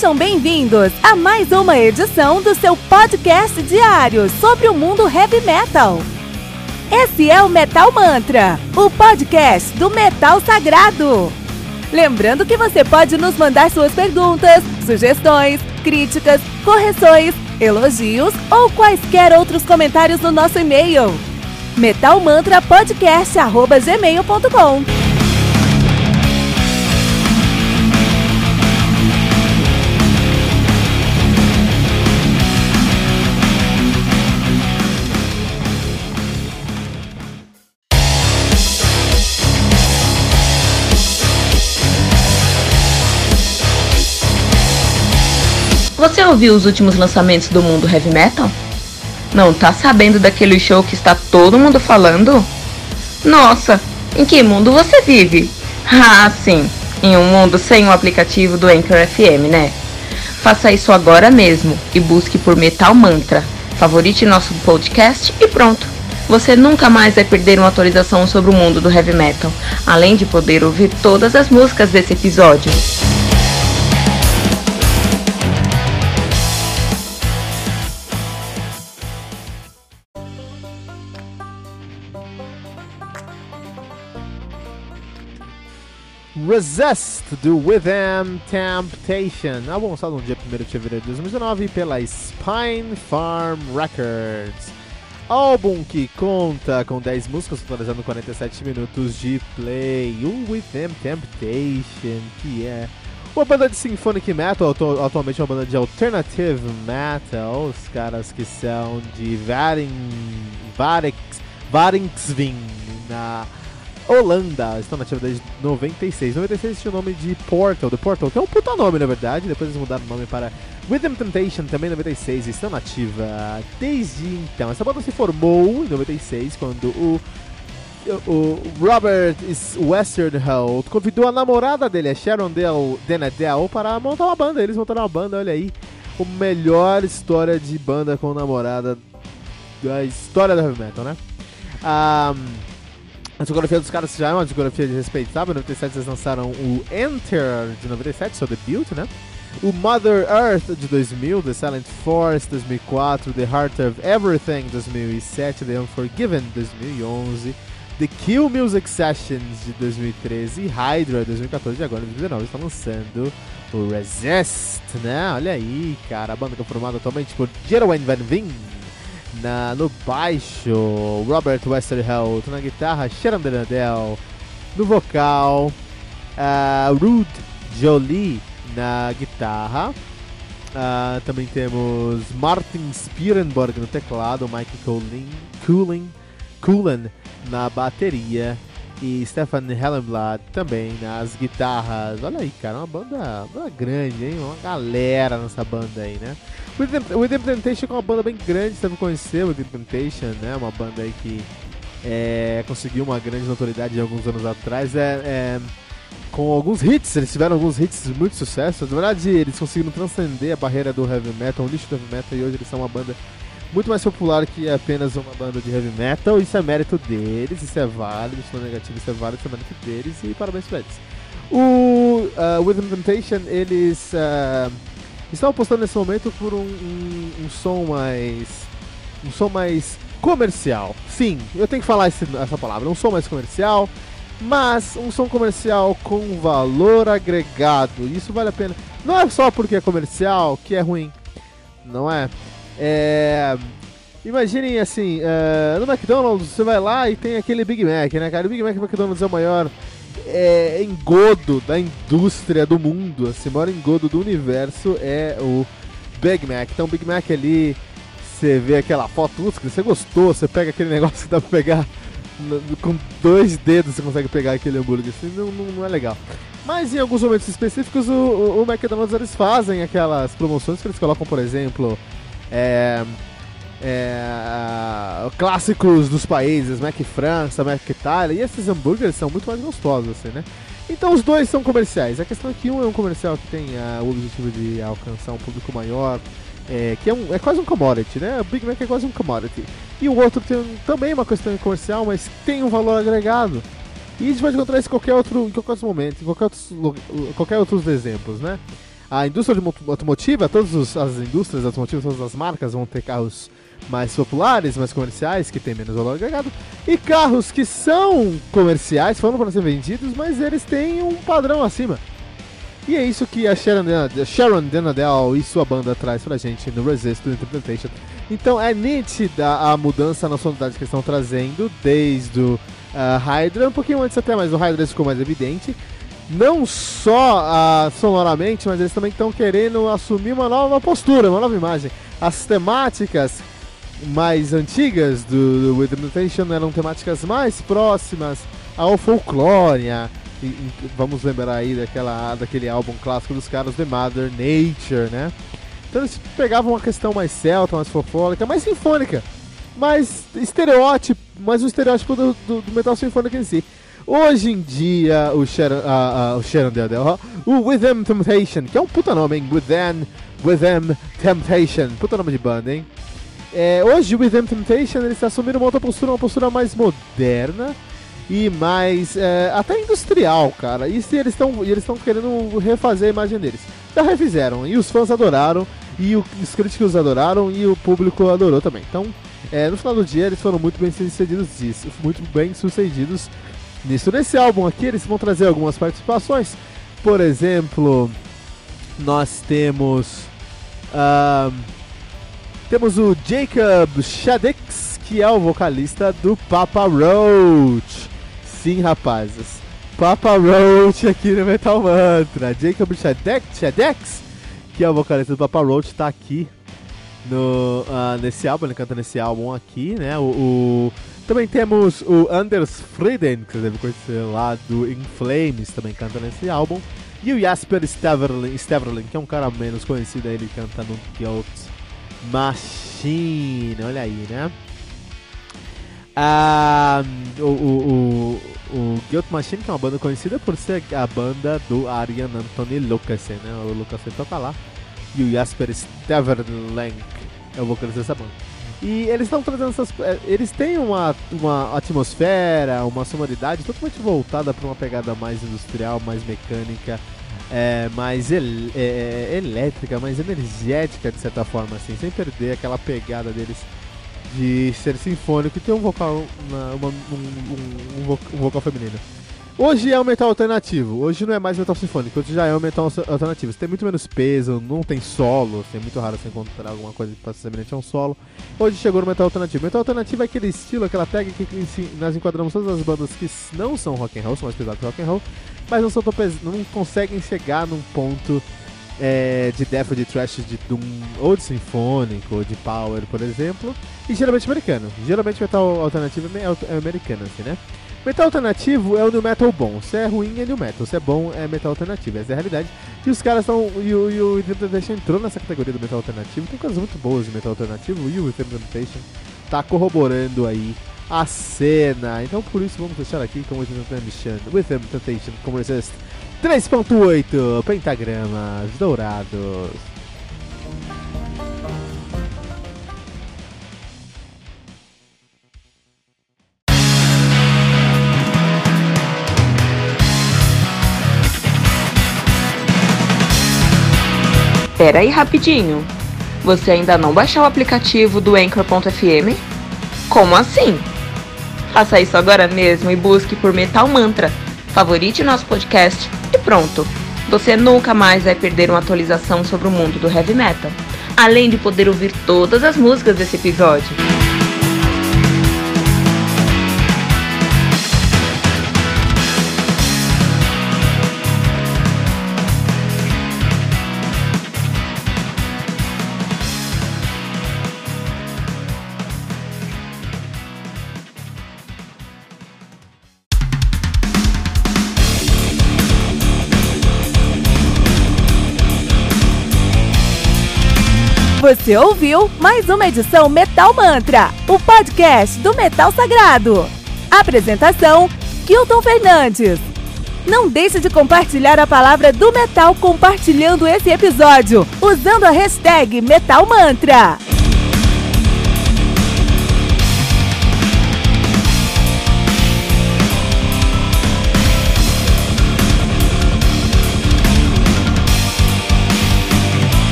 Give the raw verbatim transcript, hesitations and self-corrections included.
Sejam bem-vindos a mais uma edição do seu podcast diário sobre o mundo heavy metal. Esse é o Metal Mantra, o podcast do metal sagrado. Lembrando que você pode nos mandar suas perguntas, sugestões, críticas, correções, elogios ou quaisquer outros comentários no nosso e-mail metalmantrapodcast arroba gmail ponto com. Você ouviu os últimos lançamentos do mundo heavy metal? Não tá sabendo daquele show que está todo mundo falando? Nossa, em que mundo você vive? Ah, sim, em um mundo sem o aplicativo do Anchor F M, né? Faça isso agora mesmo e busque por Metal Mantra. Favorite nosso podcast e pronto. Você nunca mais vai perder uma atualização sobre o mundo do heavy metal, além de poder ouvir todas as músicas desse episódio. Resist, do Within Temptation, álbum lançado no dia primeiro de fevereiro de dois mil e dezenove pela Spine Farm Records. Álbum que conta com dez músicas, totalizando quarenta e sete minutos de play. O Within Temptation, que é uma banda de symphonic metal, atu atualmente uma banda de alternative metal. Os caras que são de Varing, Varix, Varingsveen, na Holanda, estão nativa desde noventa e seis. noventa e seis tinha o nome de Portal, The Portal, que é um puta nome na verdade. Depois eles mudaram o nome para Within Temptation, também em noventa e seis, e estão nativa desde então. Essa banda se formou em noventa e seis, quando o, o Robert Westerholt convidou a namorada dele, a Sharon Del Denadel, para montar uma banda. Eles montaram uma banda, olha aí, a melhor história de banda com namorada da história da heavy metal, né? Um, A discografia dos caras já é uma discografia de respeitável. Em noventa e sete eles lançaram o Enter de noventa e sete, seu debut, né? O Mother Earth de dois mil, The Silent Force dois mil e quatro, The Heart of Everything dois mil e sete, The Unforgiven dois mil e onze, The Kill Music Sessions de dois mil e treze e Hydra dois mil e quatorze, e agora em dois mil e dezenove estão lançando o Resist, né? Olha aí, cara, a banda que é formada atualmente por Jeroen Van Veen Na, no baixo, Robert Westerholt, na guitarra, Sharon Denadel, no vocal, uh, Rude Jolie na guitarra, uh, também temos Martin Spierenborg no teclado, Mike Coolin, Coolin, Coolen na bateria e Stefan Hellenblad também nas guitarras. Olha aí, cara, uma banda, uma grande, hein? Uma galera nessa banda aí, né? O Within Temptation é uma banda bem grande, você deve conhecer o Within Temptation, né? Uma banda aí que é, conseguiu uma grande notoriedade alguns anos atrás, é, é, com alguns hits. Eles tiveram alguns hits de muito sucesso. Na verdade, eles conseguiram transcender a barreira do heavy metal, o nicho do heavy metal, e hoje eles são uma banda muito mais popular que apenas uma banda de heavy metal. Isso é mérito deles, isso é válido, isso não é negativo, isso é válido, isso é mérito deles, e parabéns pra eles. O uh, Within Temptation, eles uh, estão apostando nesse momento por um, um, um som mais um som mais comercial. Sim, eu tenho que falar esse, essa palavra, um som mais comercial, mas um som comercial com valor agregado. Isso vale a pena. Não é só porque é comercial que é ruim, não é? É... Imaginem assim, uh, no McDonald's você vai lá e tem aquele Big Mac, né, cara? O Big Mac do McDonald's é o maior é, engodo da indústria do mundo, assim, o maior engodo do universo é o Big Mac. Então o Big Mac ali, você vê aquela foto, você gostou, você pega aquele negócio que dá pra pegar com dois dedos, você consegue pegar aquele hambúrguer, assim, não, não, não é legal. Mas em alguns momentos específicos o, o, o McDonald's, eles fazem aquelas promoções que eles colocam, por exemplo, É, é, clássicos dos países, Mac França, Mac Itália, e esses hambúrgueres são muito mais gostosos, assim, né? Então os dois são comerciais. A questão é que um é um comercial que tem uh, o objetivo de alcançar um público maior, é, que é, um, é quase um commodity, né? O Big Mac é quase um commodity. E o outro tem um, também uma questão comercial, mas tem um valor agregado. E a gente pode encontrar isso em qualquer outro, em qualquer outro momento, em qualquer outros, qualquer outros exemplos, né? A indústria automotiva, todas as indústrias automotivas, todas as marcas vão ter carros mais populares, mais comerciais, que tem menos valor agregado, e carros que são comerciais, foram para ser vendidos, mas eles têm um padrão acima. E é isso que a Sharon, Sharon Denadel e sua banda traz pra gente no Resist do Interpretation. Então é nítida a mudança na sonoridade que eles estão trazendo, desde o uh, Hydra, um pouquinho antes até, mas o Hydra ficou mais evidente. Não só uh, sonoramente, mas eles também estão querendo assumir uma nova postura, uma nova imagem. As temáticas mais antigas do, do Interpretation eram temáticas mais próximas ao folclore, a, e, e, vamos lembrar aí daquela, daquele álbum clássico dos caras, The Mother Nature, né? Então eles pegavam uma questão mais celta, mais folclórica, mais sinfônica, mais estereótipo, mais um estereótipo do, do, do metal sinfônico em si. Hoje em dia, o Sharon, uh, uh, o Sharon Denadel, o With Them Temptation, que é um puta nome, hein? With Them, With Them Temptation, puta nome de banda, hein? É, hoje o With Them Temptation ele está assumindo uma outra postura, uma postura mais moderna e mais é, até industrial, cara. E se eles estão eles estão querendo refazer a imagem deles. Já refizeram e os fãs adoraram e o, os críticos adoraram e o público adorou também. Então, é, no final do dia eles foram muito bem sucedidos disso, muito bem sucedidos nisso. Nesse álbum aqui eles vão trazer algumas participações. Por exemplo, nós temos uh, Temos o Jacob Shaddix, que é o vocalista do Papa Roach. Sim, rapazes, Papa Roach aqui no Metal Mantra. Jacob Shaddix, Shaddix, que é o vocalista do Papa Roach, tá aqui no, uh, nesse álbum, ele canta nesse álbum aqui, né? O, o... Também temos o Anders Frieden, que você deve conhecer lá do In Flames, também canta nesse álbum. E o Jasper Sterling, Sterling, que é um cara menos conhecido, ele canta no Guilt Machine, olha aí, né? Ah, o, o, o, o Guilt Machine, que é uma banda conhecida por ser a banda do Arjan Anthony Lucassen, né? O Lucassen toca lá. E o Jasper Sterling é o vocalista dessa banda. E eles estão trazendo essas... Eles têm uma, uma atmosfera, uma sonoridade totalmente voltada para uma pegada mais industrial, mais mecânica, é, mais el, é, elétrica, mais energética de certa forma, assim, sem perder aquela pegada deles de ser sinfônico e ter um vocal, uma, uma, um, um, um vocal feminino. Hoje é um metal alternativo, hoje não é mais metal sinfônico, hoje já é um metal alternativo. Você tem muito menos peso, não tem solo, é muito raro você encontrar alguma coisa que faça semelhante a um solo. Hoje chegou no metal alternativo. Metal alternativo é aquele estilo, aquela tag que nós enquadramos todas as bandas que não são rock and roll, são mais pesadas que rock and roll, mas não, são tão pes... não conseguem chegar num ponto é, de death ou de thrash de doom, ou de sinfônico, ou de power, por exemplo, e geralmente americano. Geralmente metal alternativo é americano, assim, né? Metal alternativo é o new metal bom. Se é ruim é new metal, se é bom é metal alternativo. Essa é a realidade. E os caras estão... E o, e o Interpretation entrou nessa categoria do metal alternativo. Tem coisas muito boas de metal alternativo e o Interpretation tá corroborando aí a cena. Então por isso vamos deixar aqui com o Interpretation, with Interpretation como Resist três ponto oito pentagramas dourados. Pera aí rapidinho, você ainda não baixou o aplicativo do Anchor ponto F M? Como assim? Faça isso agora mesmo e busque por Metal Mantra, favorite o nosso podcast e pronto! Você nunca mais vai perder uma atualização sobre o mundo do heavy metal, além de poder ouvir todas as músicas desse episódio. Você ouviu mais uma edição Metal Mantra, o podcast do Metal Sagrado. Apresentação, Kilton Fernandes. Não deixe de compartilhar a palavra do metal compartilhando esse episódio, usando a hashtag Metal Mantra.